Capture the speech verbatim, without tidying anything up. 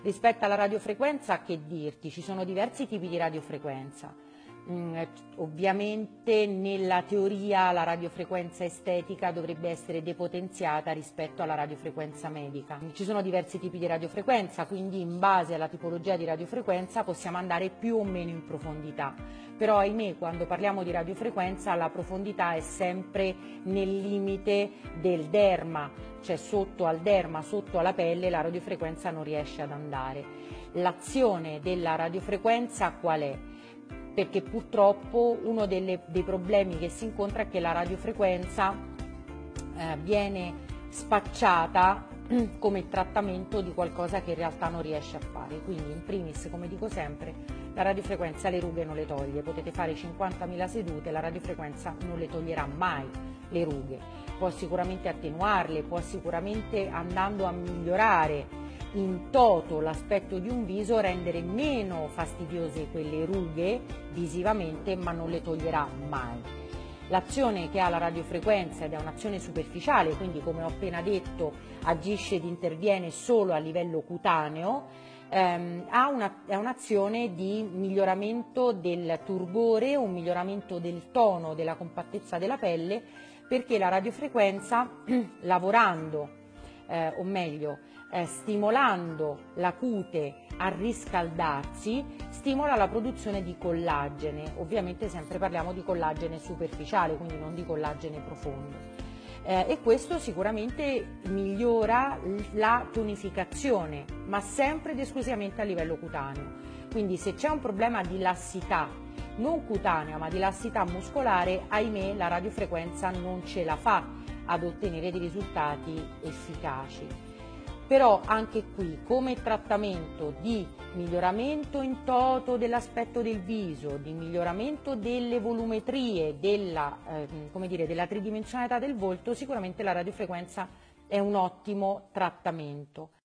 Rispetto alla radiofrequenza, che dirti? Ci sono diversi tipi di radiofrequenza. Mm, ovviamente nella teoria la radiofrequenza estetica dovrebbe essere depotenziata rispetto alla radiofrequenza medica. Ci sono diversi tipi di radiofrequenza, quindi in base alla tipologia di radiofrequenza possiamo andare più o meno in profondità. Però ahimè, quando parliamo di radiofrequenza la profondità è sempre nel limite del derma, cioè sotto al derma, sotto alla pelle la radiofrequenza non riesce ad andare. L'azione della radiofrequenza qual è? Perché purtroppo uno delle, dei problemi che si incontra è che la radiofrequenza eh, viene spacciata come trattamento di qualcosa che in realtà non riesce a fare. Quindi in primis, come dico sempre, la radiofrequenza le rughe non le toglie, potete fare cinquantamila sedute, la radiofrequenza non le toglierà mai le rughe, può sicuramente attenuarle, può sicuramente, andando a migliorare in toto l'aspetto di un viso, rendere meno fastidiose quelle rughe visivamente, ma non le toglierà mai. L'azione che ha la radiofrequenza, ed è un'azione superficiale, quindi come ho appena detto agisce ed interviene solo a livello cutaneo, ehm, ha una, è un'azione di miglioramento del turgore, un miglioramento del tono, della compattezza della pelle, perché la radiofrequenza lavorando, eh, o meglio, eh, stimolando la cute a riscaldarsi, stimola la produzione di collagene. Ovviamente sempre parliamo di collagene superficiale, quindi non di collagene profondo. Eh, e questo sicuramente migliora la tonificazione, ma sempre ed esclusivamente a livello cutaneo. Quindi se c'è un problema di lassità, non cutanea ma di lassità muscolare, ahimè la radiofrequenza non ce la fa ad ottenere dei risultati efficaci. Però anche qui, come trattamento di miglioramento in toto dell'aspetto del viso, di miglioramento delle volumetrie, della, eh, come dire, della tridimensionalità del volto, sicuramente la radiofrequenza è un ottimo trattamento.